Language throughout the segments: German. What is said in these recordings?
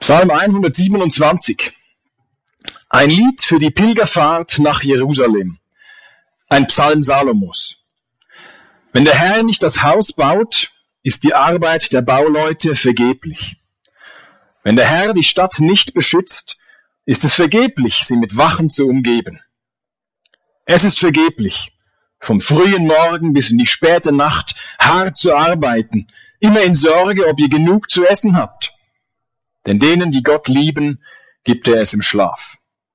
Psalm 127. Ein Lied für die Pilgerfahrt nach Jerusalem. Ein Psalm Salomos. Wenn der Herr nicht das Haus baut, ist die Arbeit der Bauleute vergeblich. Wenn der Herr die Stadt nicht beschützt, ist es vergeblich, sie mit Wachen zu umgeben. Es ist vergeblich, vom frühen Morgen bis in die späte Nacht hart zu arbeiten, immer in Sorge, ob ihr genug zu essen habt. Denn denen, die Gott lieben, gibt er es im Schlaf.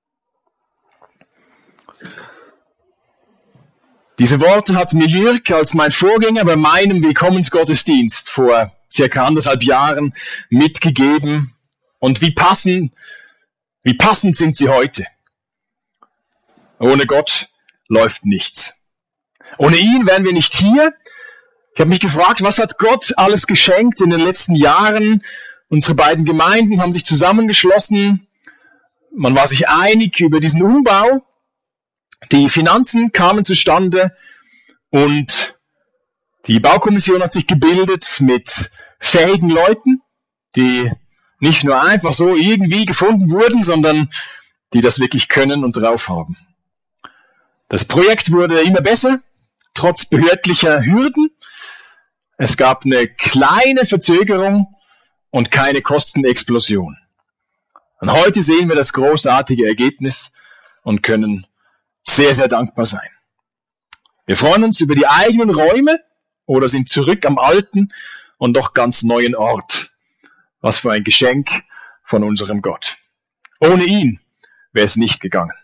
Diese Worte hat mir Jürg als mein Vorgänger bei meinem Willkommensgottesdienst vor circa 1,5 Jahren mitgegeben. Und wie passend sind sie heute. Ohne Gott läuft nichts. Ohne ihn wären wir nicht hier. Ich habe mich gefragt, was hat Gott alles geschenkt in den letzten Jahren? Unsere beiden Gemeinden haben sich zusammengeschlossen. Man war sich einig über diesen Umbau. Die Finanzen kamen zustande und die Baukommission hat sich gebildet mit fähigen Leuten, die nicht nur einfach so irgendwie gefunden wurden, sondern die das wirklich können und drauf haben. Das Projekt wurde immer besser, trotz behördlicher Hürden. Es gab eine kleine Verzögerung und keine Kostenexplosion. Und heute sehen wir das großartige Ergebnis und können sehr, sehr dankbar sein. Wir freuen uns über die eigenen Räume oder sind zurück am alten und doch ganz neuen Ort. Was für ein Geschenk von unserem Gott. Ohne ihn wäre es nicht gegangen.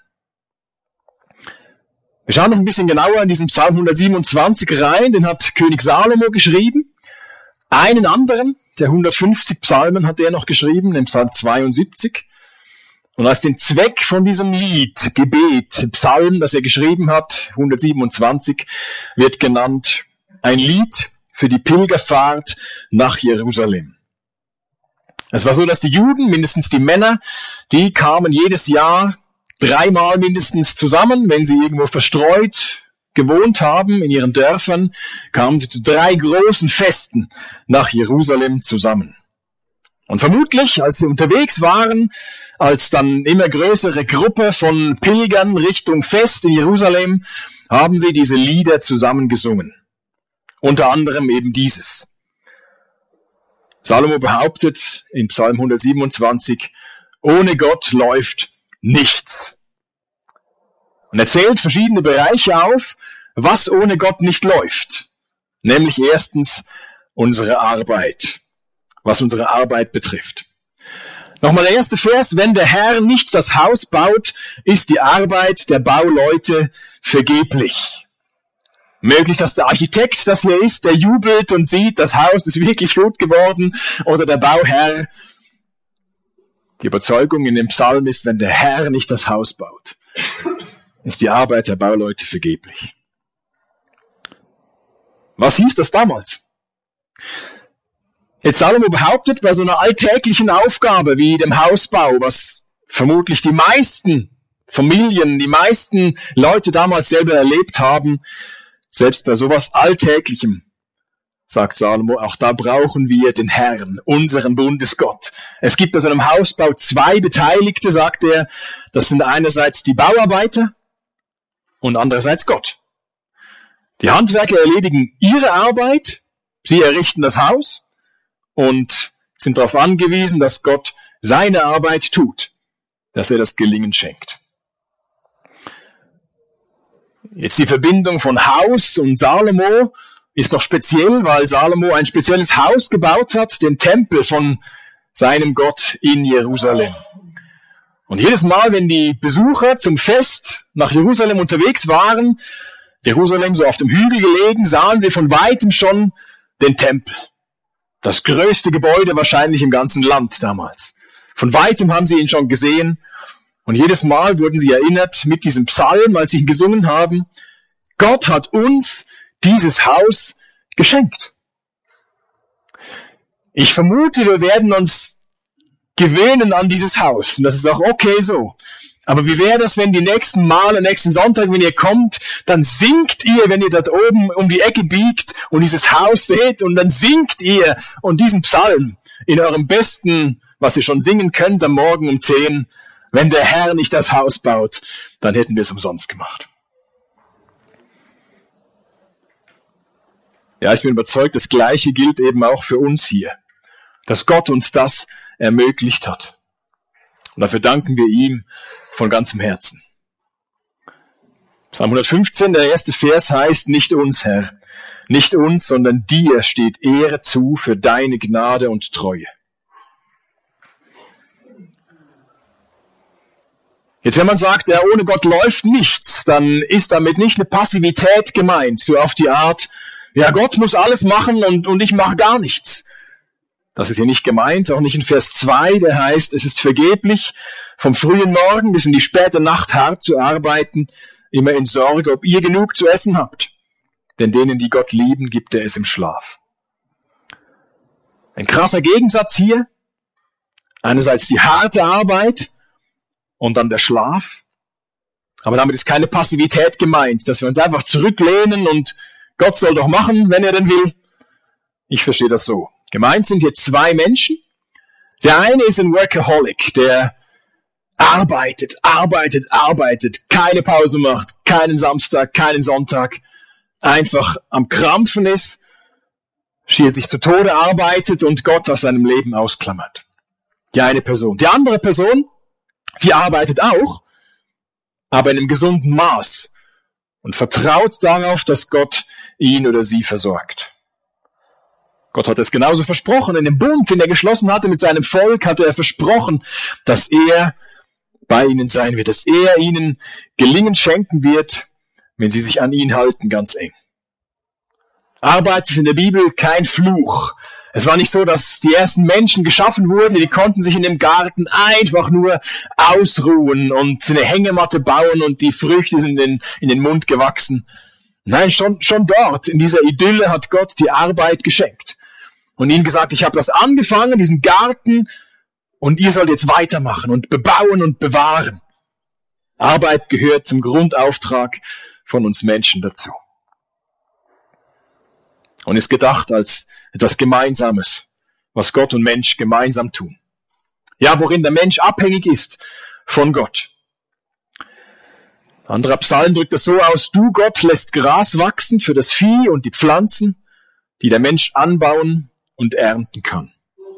Wir schauen noch ein bisschen genauer in diesen Psalm 127 rein. Den hat König Salomo geschrieben. Einen anderen, der 150 Psalmen, hat er noch geschrieben, den Psalm 72. Und als den Zweck von diesem Lied, Gebet, Psalm, das er geschrieben hat, 127, wird genannt, ein Lied für die Pilgerfahrt nach Jerusalem. Es war so, dass die Juden, mindestens die Männer, die kamen jedes Jahr 3-mal mindestens zusammen, wenn sie irgendwo verstreut gewohnt haben in ihren Dörfern, kamen sie zu 3 großen Festen nach Jerusalem zusammen. Und vermutlich, als sie unterwegs waren, als dann immer größere Gruppe von Pilgern Richtung Fest in Jerusalem, haben sie diese Lieder zusammen gesungen. Unter anderem eben dieses. Salomo behauptet in Psalm 127, ohne Gott läuft nichts. Und er zählt verschiedene Bereiche auf, was ohne Gott nicht läuft. Nämlich erstens unsere Arbeit, was unsere Arbeit betrifft. Nochmal der erste Vers, wenn der Herr nicht das Haus baut, ist die Arbeit der Bauleute vergeblich. Möglich, dass der Architekt das hier ist, der jubelt und sieht, das Haus ist wirklich gut geworden, oder der Bauherr. Die Überzeugung in dem Psalm ist, wenn der Herr nicht das Haus baut, ist die Arbeit der Bauleute vergeblich. Was hieß das damals? Jetzt Salomo behauptet, bei so einer alltäglichen Aufgabe wie dem Hausbau, was vermutlich die meisten Familien, die meisten Leute damals selber erlebt haben, selbst bei sowas Alltäglichem, sagt Salomo, auch da brauchen wir den Herrn, unseren Bundesgott. Es gibt bei so einem Hausbau 2 Beteiligte, sagt er. Das sind einerseits die Bauarbeiter und andererseits Gott. Die Handwerker erledigen ihre Arbeit, sie errichten das Haus und sind darauf angewiesen, dass Gott seine Arbeit tut, dass er das Gelingen schenkt. Jetzt die Verbindung von Haus und Salomo ist noch speziell, weil Salomo ein spezielles Haus gebaut hat, den Tempel von seinem Gott in Jerusalem. Und jedes Mal, wenn die Besucher zum Fest nach Jerusalem unterwegs waren, Jerusalem so auf dem Hügel gelegen, sahen sie von weitem schon den Tempel. Das größte Gebäude wahrscheinlich im ganzen Land damals. Von weitem haben sie ihn schon gesehen. Und jedes Mal wurden sie erinnert mit diesem Psalm, als sie ihn gesungen haben, Gott hat uns dieses Haus geschenkt. Ich vermute, wir werden uns gewöhnen an dieses Haus. Und das ist auch okay so. Aber wie wäre das, wenn die nächsten Male, nächsten Sonntag, wenn ihr kommt, dann singt ihr, wenn ihr dort oben um die Ecke biegt und dieses Haus seht, und dann singt ihr und diesen Psalm in eurem besten was ihr schon singen könnt am Morgen um 10, wenn der Herr nicht das Haus baut, dann hätten wir es umsonst gemacht. Ja, ich bin überzeugt, das Gleiche gilt eben auch für uns hier, dass Gott uns das ermöglicht hat. Und dafür danken wir ihm von ganzem Herzen. Psalm 115, der erste Vers heißt, nicht uns, Herr, nicht uns, sondern dir steht Ehre zu für deine Gnade und Treue. Jetzt, wenn man sagt, ja, ohne Gott läuft nichts, dann ist damit nicht eine Passivität gemeint, so auf die Art, ja, Gott muss alles machen und ich mache gar nichts. Das ist hier nicht gemeint, auch nicht in Vers 2, der heißt, es ist vergeblich, vom frühen Morgen bis in die späte Nacht hart zu arbeiten, immer in Sorge, ob ihr genug zu essen habt. Denn denen, die Gott lieben, gibt er es im Schlaf. Ein krasser Gegensatz hier. Einerseits die harte Arbeit und dann der Schlaf. Aber damit ist keine Passivität gemeint, dass wir uns einfach zurücklehnen und Gott soll doch machen, wenn er denn will. Ich verstehe das so. Gemeint sind hier zwei Menschen. Der eine ist ein Workaholic, der arbeitet, keine Pause macht, keinen Samstag, keinen Sonntag, einfach am Krampfen ist, schier sich zu Tode arbeitet und Gott aus seinem Leben ausklammert. Die eine Person. Die andere Person, die arbeitet auch, aber in einem gesunden Maß und vertraut darauf, dass Gott ihn oder sie versorgt. Gott hat es genauso versprochen. In dem Bund, den er geschlossen hatte mit seinem Volk, hatte er versprochen, dass er bei ihnen sein wird, dass er ihnen Gelingen schenken wird, wenn sie sich an ihn halten, ganz eng. Arbeit ist in der Bibel kein Fluch. Es war nicht so, dass die ersten Menschen geschaffen wurden, die konnten sich in dem Garten einfach nur ausruhen und eine Hängematte bauen und die Früchte sind in den Mund gewachsen. Nein, schon dort, in dieser Idylle hat Gott die Arbeit geschenkt. Und ihnen gesagt, ich habe das angefangen, diesen Garten, und ihr sollt jetzt weitermachen und bebauen und bewahren. Arbeit gehört zum Grundauftrag von uns Menschen dazu. Und ist gedacht als etwas Gemeinsames, was Gott und Mensch gemeinsam tun. Ja, worin der Mensch abhängig ist von Gott. Ein anderer Psalm drückt es so aus, du Gott lässt Gras wachsen für das Vieh und die Pflanzen, die der Mensch anbauen und ernten kann.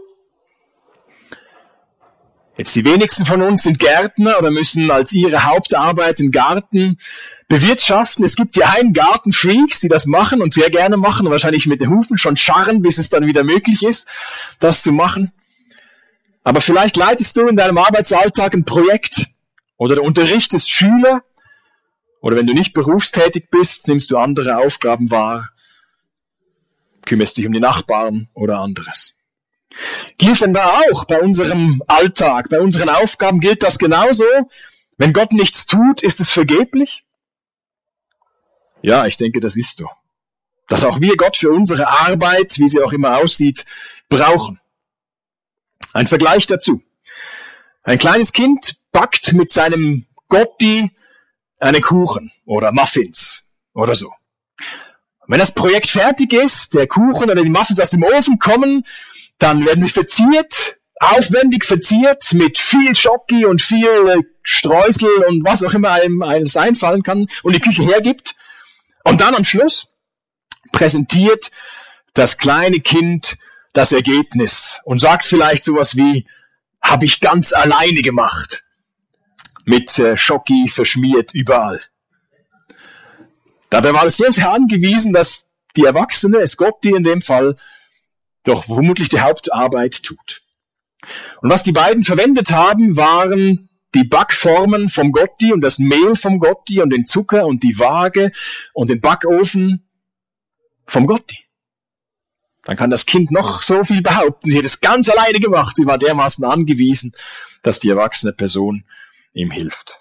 Jetzt die wenigsten von uns sind Gärtner oder müssen als ihre Hauptarbeit den Garten bewirtschaften. Es gibt ja einen Gartenfreaks, die das machen und sehr gerne machen und wahrscheinlich mit den Hufen schon scharren, bis es dann wieder möglich ist, das zu machen. Aber vielleicht leitest du in deinem Arbeitsalltag ein Projekt oder du unterrichtest Schüler oder wenn du nicht berufstätig bist, nimmst du andere Aufgaben wahr, kümmerst dich um die Nachbarn oder anderes. Gilt denn da auch bei unserem Alltag, bei unseren Aufgaben, gilt das genauso? Wenn Gott nichts tut, ist es vergeblich? Ja, ich denke, das ist so. Dass auch wir Gott für unsere Arbeit, wie sie auch immer aussieht, brauchen. Ein Vergleich dazu. Ein kleines Kind backt mit seinem Gotti einen Kuchen oder Muffins oder so. Wenn das Projekt fertig ist, der Kuchen oder die Muffins aus dem Ofen kommen, dann werden sie verziert, aufwendig verziert, mit viel Schoki und viel Streusel und was auch immer einem einfallen kann und die Küche hergibt. Und dann am Schluss präsentiert das kleine Kind das Ergebnis und sagt vielleicht sowas wie, habe ich ganz alleine gemacht. Mit Schoki verschmiert überall. Dabei war es sehr angewiesen, dass die Erwachsene, es Gott, die in dem Fall, doch vermutlich die Hauptarbeit tut. Und was die beiden verwendet haben, waren die Backformen vom Gotti und das Mehl vom Gotti und den Zucker und die Waage und den Backofen vom Gotti. Dann kann das Kind noch so viel behaupten, sie hat es ganz alleine gemacht, sie war dermaßen angewiesen, dass die erwachsene Person ihm hilft.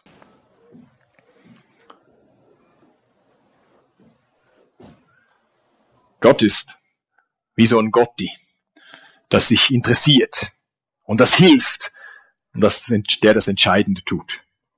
Gott ist wie so ein Gotti, das sich interessiert und das hilft und der das Entscheidende tut.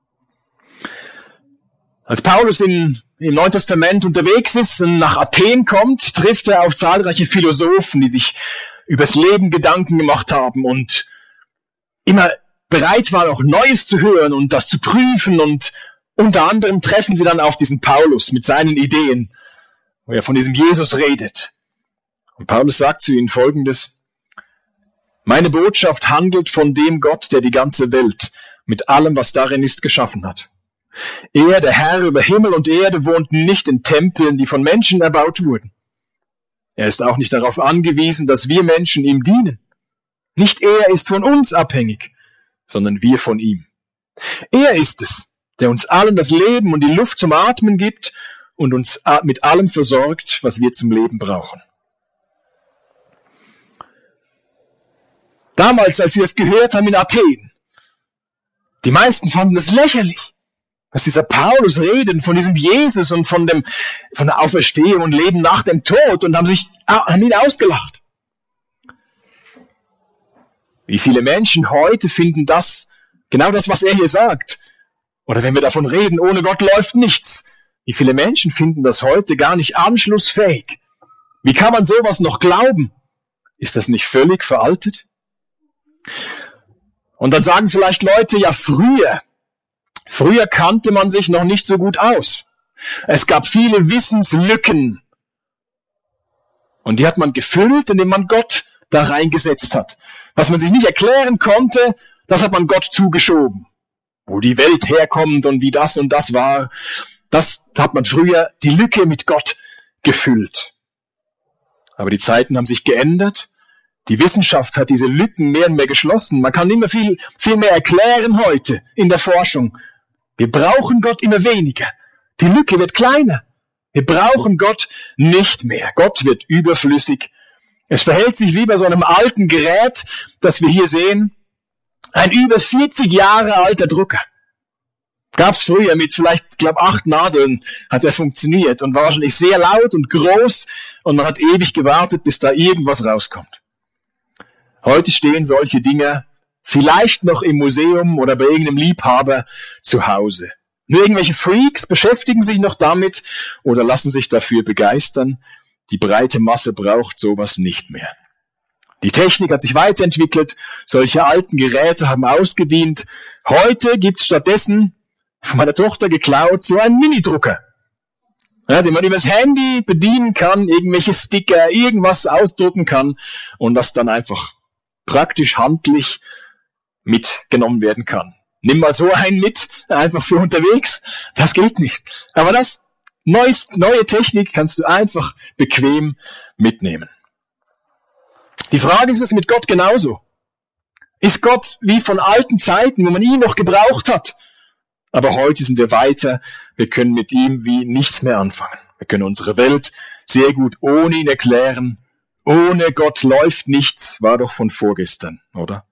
Als Paulus im Neuen Testament unterwegs ist und nach Athen kommt, trifft er auf zahlreiche Philosophen, die sich übers Leben Gedanken gemacht haben und immer bereit waren, auch Neues zu hören und das zu prüfen. Und unter anderem treffen sie dann auf diesen Paulus mit seinen Ideen, wo er von diesem Jesus redet. Und Paulus sagt zu ihnen Folgendes: Meine Botschaft handelt von dem Gott, der die ganze Welt mit allem, was darin ist, geschaffen hat. Er, der Herr über Himmel und Erde, wohnt nicht in Tempeln, die von Menschen erbaut wurden. Er ist auch nicht darauf angewiesen, dass wir Menschen ihm dienen. Nicht er ist von uns abhängig, sondern wir von ihm. Er ist es, der uns allen das Leben und die Luft zum Atmen gibt und uns mit allem versorgt, was wir zum Leben brauchen. Damals, als sie das gehört haben in Athen, die meisten fanden es lächerlich, dass dieser Paulus redet von diesem Jesus und von der Auferstehung und Leben nach dem Tod und haben ihn ausgelacht. Wie viele Menschen heute finden genau das, was er hier sagt. Oder wenn wir davon reden, ohne Gott läuft nichts. Wie viele Menschen finden das heute gar nicht anschlussfähig? Wie kann man sowas noch glauben? Ist das nicht völlig veraltet? Und dann sagen vielleicht Leute, ja früher kannte man sich noch nicht so gut aus. Es gab viele Wissenslücken. Und die hat man gefüllt, indem man Gott da reingesetzt hat. Was man sich nicht erklären konnte, das hat man Gott zugeschoben. Wo die Welt herkommt und wie das und das war, das hat man früher die Lücke mit Gott gefüllt. Aber die Zeiten haben sich geändert. Die Wissenschaft hat diese Lücken mehr und mehr geschlossen. Man kann immer viel mehr erklären heute in der Forschung. Wir brauchen Gott immer weniger. Die Lücke wird kleiner. Wir brauchen Gott nicht mehr. Gott wird überflüssig. Es verhält sich wie bei so einem alten Gerät, das wir hier sehen. Ein über 40 Jahre alter Drucker. Gab's früher mit vielleicht, 8 Nadeln hat er funktioniert und war wahrscheinlich sehr laut und groß und man hat ewig gewartet, bis da irgendwas rauskommt. Heute stehen solche Dinge vielleicht noch im Museum oder bei irgendeinem Liebhaber zu Hause. Nur irgendwelche Freaks beschäftigen sich noch damit oder lassen sich dafür begeistern. Die breite Masse braucht sowas nicht mehr. Die Technik hat sich weiterentwickelt, solche alten Geräte haben ausgedient. Heute gibt's stattdessen, von meiner Tochter geklaut, so einen Minidrucker, den man übers Handy bedienen kann, irgendwelche Sticker, irgendwas ausdrucken kann und das dann einfach praktisch handlich mitgenommen werden kann. Nimm mal so einen mit, einfach für unterwegs, das geht nicht. Aber das neue Technik kannst du einfach bequem mitnehmen. Die Frage ist es mit Gott genauso. Ist Gott wie von alten Zeiten, wo man ihn noch gebraucht hat? Aber heute sind wir weiter, wir können mit ihm wie nichts mehr anfangen. Wir können unsere Welt sehr gut ohne ihn erklären. Ohne Gott läuft nichts, war doch von vorgestern, oder?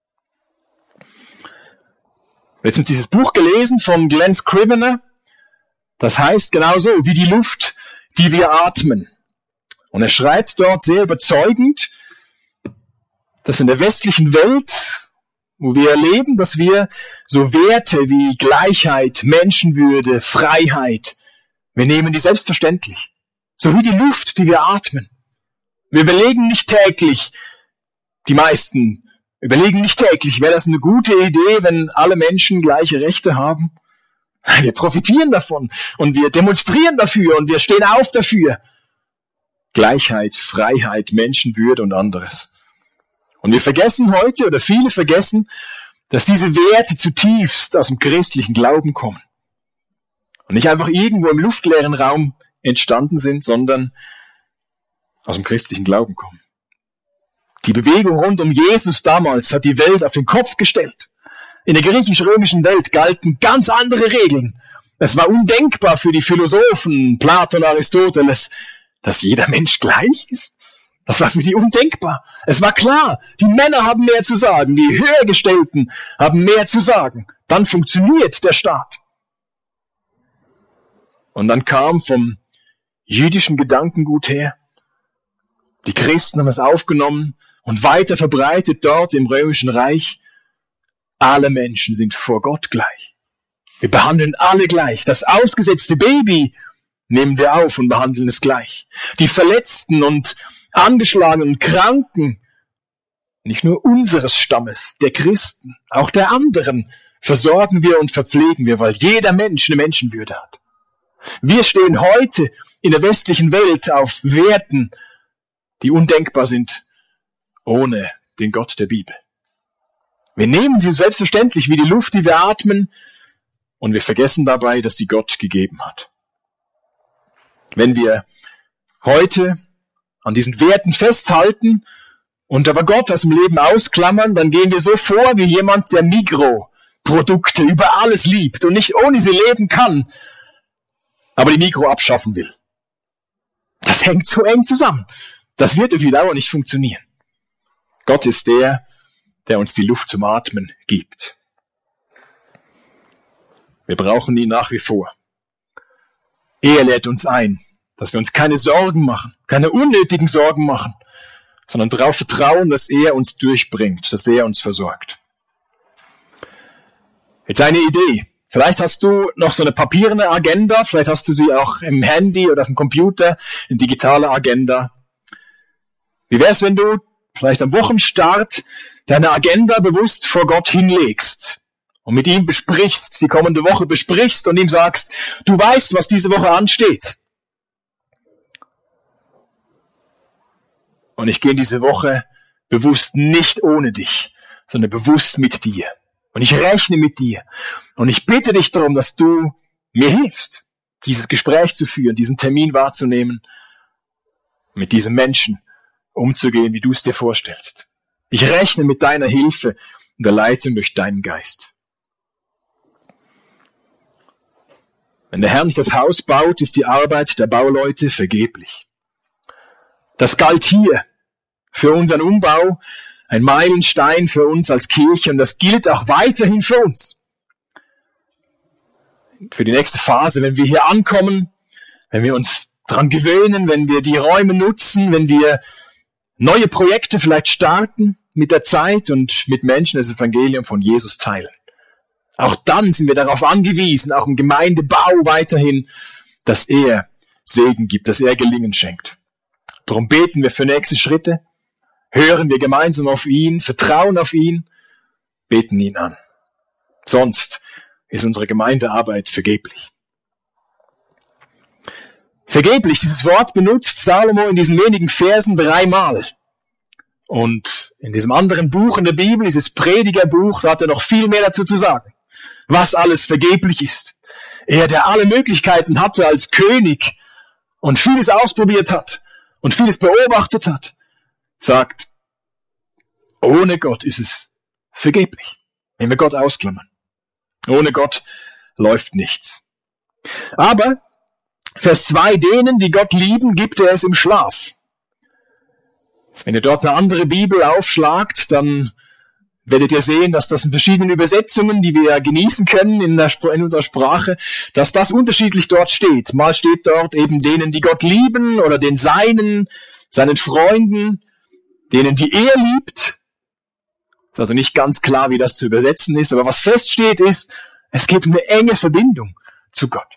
Letztens dieses Buch gelesen von Glenn Scrivener. Das heißt genauso wie die Luft, die wir atmen. Und er schreibt dort sehr überzeugend, dass in der westlichen Welt, wo wir erleben, dass wir so Werte wie Gleichheit, Menschenwürde, Freiheit, wir nehmen die selbstverständlich. So wie die Luft, die wir atmen. Wir überlegen nicht täglich, die meisten überlegen nicht täglich, wäre das eine gute Idee, wenn alle Menschen gleiche Rechte haben? Wir profitieren davon und wir demonstrieren dafür und wir stehen auf dafür. Gleichheit, Freiheit, Menschenwürde und anderes. Und wir vergessen heute, oder viele vergessen, dass diese Werte zutiefst aus dem christlichen Glauben kommen. Und nicht einfach irgendwo im luftleeren Raum entstanden sind, sondern aus dem christlichen Glauben kommen. Die Bewegung rund um Jesus damals hat die Welt auf den Kopf gestellt. In der griechisch-römischen Welt galten ganz andere Regeln. Es war undenkbar für die Philosophen, Platon, Aristoteles, dass jeder Mensch gleich ist. Das war für die undenkbar. Es war klar, die Männer haben mehr zu sagen, die Höhergestellten haben mehr zu sagen. Dann funktioniert der Staat. Und dann kam vom jüdischen Gedankengut her, die Christen haben es aufgenommen und weiter verbreitet dort im Römischen Reich. Alle Menschen sind vor Gott gleich. Wir behandeln alle gleich. Das ausgesetzte Baby nehmen wir auf und behandeln es gleich. Die Verletzten und Angeschlagenen und Kranken Nicht nur unseres Stammes, der Christen, auch der anderen versorgen wir und verpflegen wir, weil jeder Mensch eine Menschenwürde hat. Wir stehen heute in der westlichen Welt auf Werten, die undenkbar sind ohne den Gott der Bibel. Wir nehmen sie selbstverständlich wie die Luft, die wir atmen, und wir vergessen dabei, dass sie Gott gegeben hat. Wenn wir heute an diesen Werten festhalten und aber Gott aus dem Leben ausklammern, dann gehen wir so vor wie jemand, der Migros-Produkte über alles liebt und nicht ohne sie leben kann, aber die Migros abschaffen will. Das hängt so eng zusammen. Das wird auf die Dauer nicht funktionieren. Gott ist der uns die Luft zum Atmen gibt. Wir brauchen ihn nach wie vor. Er lädt uns ein, dass wir uns keine Sorgen machen, keine unnötigen Sorgen machen, sondern darauf vertrauen, dass er uns durchbringt, dass er uns versorgt. Jetzt eine Idee. Vielleicht hast du noch so eine papierne Agenda, vielleicht hast du sie auch im Handy oder auf dem Computer, eine digitale Agenda. Wie wär's, wenn du vielleicht am Wochenstart deine Agenda bewusst vor Gott hinlegst und mit ihm besprichst, die kommende Woche besprichst und ihm sagst, du weißt, was diese Woche ansteht. Und ich gehe diese Woche bewusst nicht ohne dich, sondern bewusst mit dir. Und ich rechne mit dir. Und ich bitte dich darum, dass du mir hilfst, dieses Gespräch zu führen, diesen Termin wahrzunehmen, mit diesem Menschen umzugehen, wie du es dir vorstellst. Ich rechne mit deiner Hilfe und der Leitung durch deinen Geist. Wenn der Herr nicht das Haus baut, ist die Arbeit der Bauleute vergeblich. Das galt hier für unseren Umbau, ein Meilenstein für uns als Kirche, und das gilt auch weiterhin für uns. Für die nächste Phase, wenn wir hier ankommen, wenn wir uns daran gewöhnen, wenn wir die Räume nutzen, wenn wir neue Projekte vielleicht starten mit der Zeit und mit Menschen das Evangelium von Jesus teilen. Auch dann sind wir darauf angewiesen, auch im Gemeindebau weiterhin, dass er Segen gibt, dass er Gelingen schenkt. Darum beten wir für nächste Schritte, hören wir gemeinsam auf ihn, vertrauen auf ihn, beten ihn an. Sonst ist unsere Gemeindearbeit vergeblich. Vergeblich, dieses Wort benutzt Salomo in diesen wenigen Versen 3-mal. Und in diesem anderen Buch in der Bibel, dieses Predigerbuch, da hat er noch viel mehr dazu zu sagen, was alles vergeblich ist. Er, der alle Möglichkeiten hatte als König und vieles ausprobiert hat und vieles beobachtet hat, sagt, ohne Gott ist es vergeblich, wenn wir Gott ausklammern. Ohne Gott läuft nichts. Aber Vers 2, denen, die Gott lieben, gibt er es im Schlaf. Wenn ihr dort eine andere Bibel aufschlagt, dann werdet ihr sehen, dass das in verschiedenen Übersetzungen, die wir genießen können in unserer Sprache, dass das unterschiedlich dort steht. Mal steht dort eben denen, die Gott lieben, oder den seinen Freunden, denen, die er liebt. Ist also nicht ganz klar, wie das zu übersetzen ist, aber was feststeht ist, es geht um eine enge Verbindung zu Gott.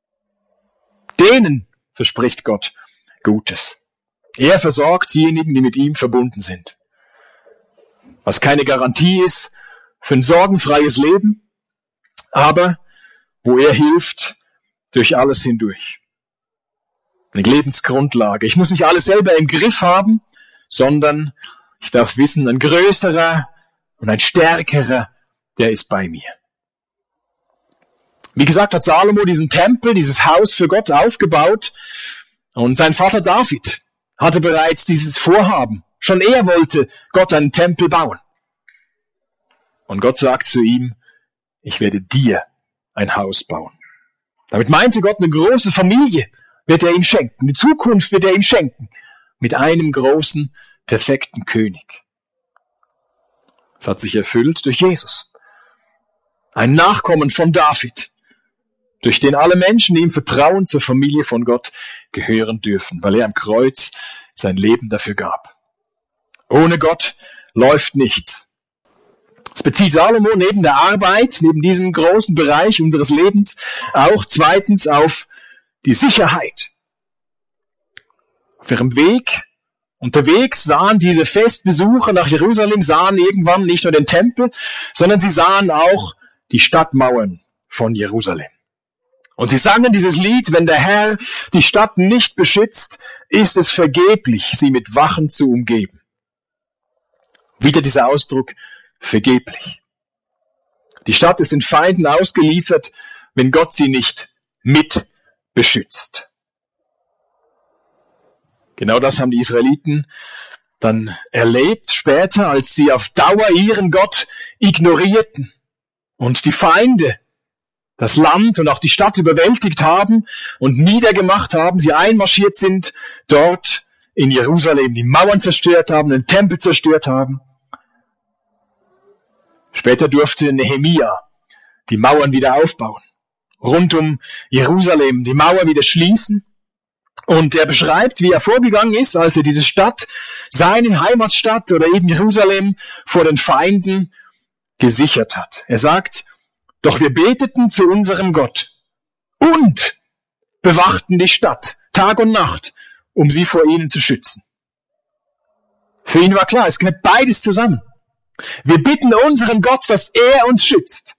Denen verspricht Gott Gutes. Er versorgt diejenigen, die mit ihm verbunden sind. Was keine Garantie ist für ein sorgenfreies Leben, aber wo er hilft durch alles hindurch. Eine Lebensgrundlage. Ich muss nicht alles selber im Griff haben, sondern ich darf wissen, ein größerer und ein stärkerer, der ist bei mir. Wie gesagt, hat Salomo diesen Tempel, dieses Haus für Gott aufgebaut, und sein Vater David hatte bereits dieses Vorhaben. Schon er wollte Gott einen Tempel bauen. Und Gott sagt zu ihm, ich werde dir ein Haus bauen. Damit meinte Gott, eine große Familie wird er ihm schenken. Eine Zukunft wird er ihm schenken. Mit einem großen, perfekten König. Das hat sich erfüllt durch Jesus. Ein Nachkommen von David, durch den alle Menschen, die ihm vertrauen, zur Familie von Gott gehören dürfen, weil er am Kreuz sein Leben dafür gab. Ohne Gott läuft nichts. Es bezieht Salomo neben der Arbeit, neben diesem großen Bereich unseres Lebens, auch zweitens auf die Sicherheit. Auf ihrem Weg Unterwegs sahen diese Festbesucher nach Jerusalem, sahen irgendwann nicht nur den Tempel, sondern sie sahen auch die Stadtmauern von Jerusalem. Und sie sangen dieses Lied: Wenn der Herr die Stadt nicht beschützt, ist es vergeblich, sie mit Wachen zu umgeben. Wieder dieser Ausdruck, vergeblich. Die Stadt ist den Feinden ausgeliefert, wenn Gott sie nicht mit beschützt. Genau das haben die Israeliten dann erlebt später, als sie auf Dauer ihren Gott ignorierten und die Feinde das Land und auch die Stadt überwältigt haben und niedergemacht haben, sie einmarschiert sind dort in Jerusalem, die Mauern zerstört haben, den Tempel zerstört haben. Später durfte Nehemia die Mauern wieder aufbauen, rund um Jerusalem die Mauer wieder schließen. Und er beschreibt, wie er vorgegangen ist, als er diese Stadt, seine Heimatstadt oder eben Jerusalem, vor den Feinden gesichert hat. Er sagt: Doch wir beteten zu unserem Gott und bewachten die Stadt Tag und Nacht, um sie vor ihnen zu schützen. Für ihn war klar, es gehört beides zusammen. Wir bitten unseren Gott, dass er uns schützt.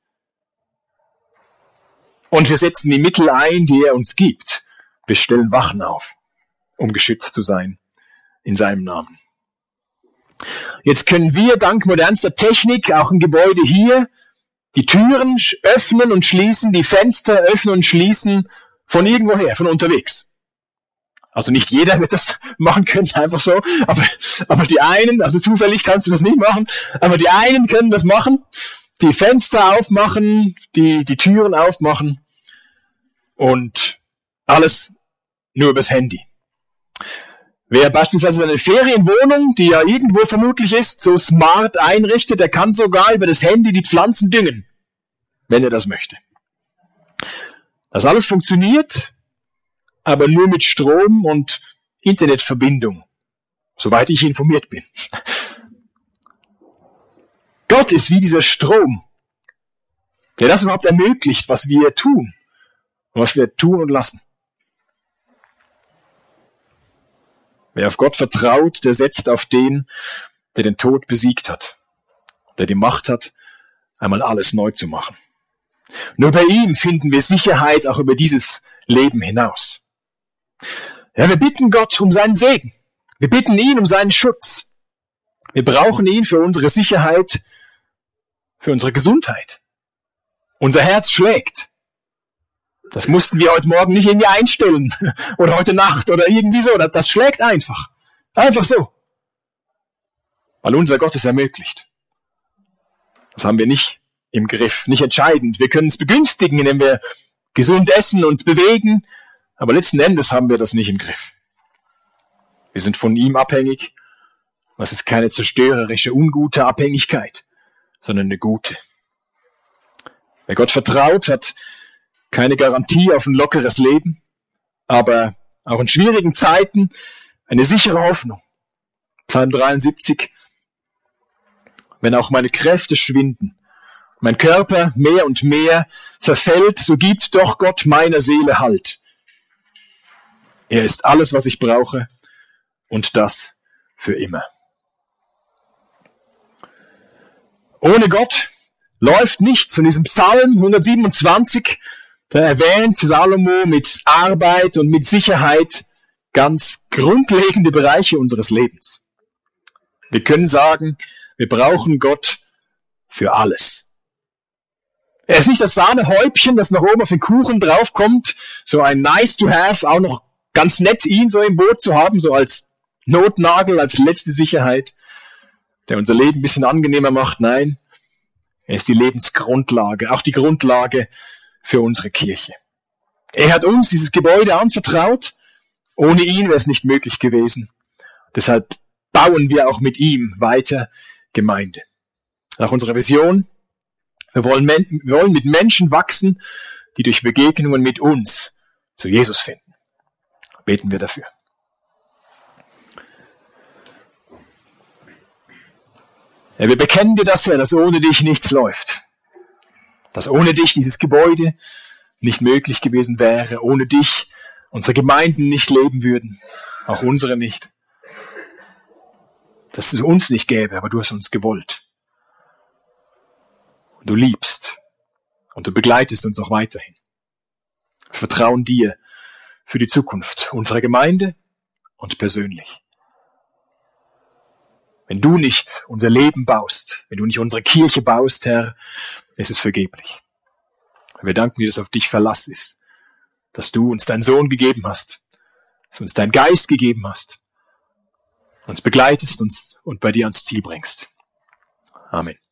Und wir setzen die Mittel ein, die er uns gibt. Wir stellen Wachen auf, um geschützt zu sein in seinem Namen. Jetzt können wir dank modernster Technik auch im Gebäude hier die Türen öffnen und schließen, die Fenster öffnen und schließen von irgendwoher, von unterwegs. Also nicht jeder wird das machen können, einfach so, aber die einen, also zufällig kannst du das nicht machen, aber die einen können das machen, die Fenster aufmachen, die Türen aufmachen und alles nur übers Handy. Wer beispielsweise eine Ferienwohnung, die ja irgendwo vermutlich ist, so smart einrichtet, der kann sogar über das Handy die Pflanzen düngen, wenn er das möchte. Das alles funktioniert, aber nur mit Strom und Internetverbindung, soweit ich informiert bin. Gott ist wie dieser Strom, der das überhaupt ermöglicht, was wir tun und lassen. Wer auf Gott vertraut, der setzt auf den, der den Tod besiegt hat, der die Macht hat, einmal alles neu zu machen. Nur bei ihm finden wir Sicherheit auch über dieses Leben hinaus. Ja, wir bitten Gott um seinen Segen. Wir bitten ihn um seinen Schutz. Wir brauchen ihn für unsere Sicherheit, für unsere Gesundheit. Unser Herz schlägt. Das mussten wir heute Morgen nicht irgendwie einstellen oder heute Nacht oder irgendwie so. Das schlägt einfach. Einfach so. Weil unser Gott es ermöglicht. Das haben wir nicht im Griff, nicht entscheidend. Wir können es begünstigen, indem wir gesund essen, uns bewegen, aber letzten Endes haben wir das nicht im Griff. Wir sind von ihm abhängig. Das ist keine zerstörerische, ungute Abhängigkeit, sondern eine gute. Wer Gott vertraut, hat keine Garantie auf ein lockeres Leben, aber auch in schwierigen Zeiten eine sichere Hoffnung. Psalm 73. Wenn auch meine Kräfte schwinden, mein Körper mehr und mehr verfällt, so gibt doch Gott meiner Seele Halt. Er ist alles, was ich brauche, und das für immer. Ohne Gott läuft nichts. In diesem Psalm 127, da erwähnt Salomo mit Arbeit und mit Sicherheit ganz grundlegende Bereiche unseres Lebens. Wir können sagen, wir brauchen Gott für alles. Er ist nicht das Sahnehäubchen, das noch oben auf den Kuchen draufkommt, so ein nice to have, auch noch ganz nett, ihn so im Boot zu haben, so als Notnagel, als letzte Sicherheit, der unser Leben ein bisschen angenehmer macht. Nein, er ist die Lebensgrundlage, auch die Grundlage für unsere Kirche. Er hat uns dieses Gebäude anvertraut. Ohne ihn wäre es nicht möglich gewesen. Deshalb bauen wir auch mit ihm weiter Gemeinde. Nach unserer Vision, wir wollen mit Menschen wachsen, die durch Begegnungen mit uns zu Jesus finden. Beten wir dafür. Ja, wir bekennen dir das, Herr, dass ohne dich nichts läuft. Dass ohne dich dieses Gebäude nicht möglich gewesen wäre, ohne dich unsere Gemeinden nicht leben würden, auch unsere nicht. dass es uns nicht gäbe, aber du hast uns gewollt. Und du liebst und du begleitest uns auch weiterhin. Wir vertrauen dir für die Zukunft unserer Gemeinde und persönlich. Wenn du nicht unser Leben baust, wenn du nicht unsere Kirche baust, Herr, ist es vergeblich. Wir danken dir, dass auf dich Verlass ist, dass du uns deinen Sohn gegeben hast, dass du uns deinen Geist gegeben hast, uns begleitest und bei dir ans Ziel bringst. Amen.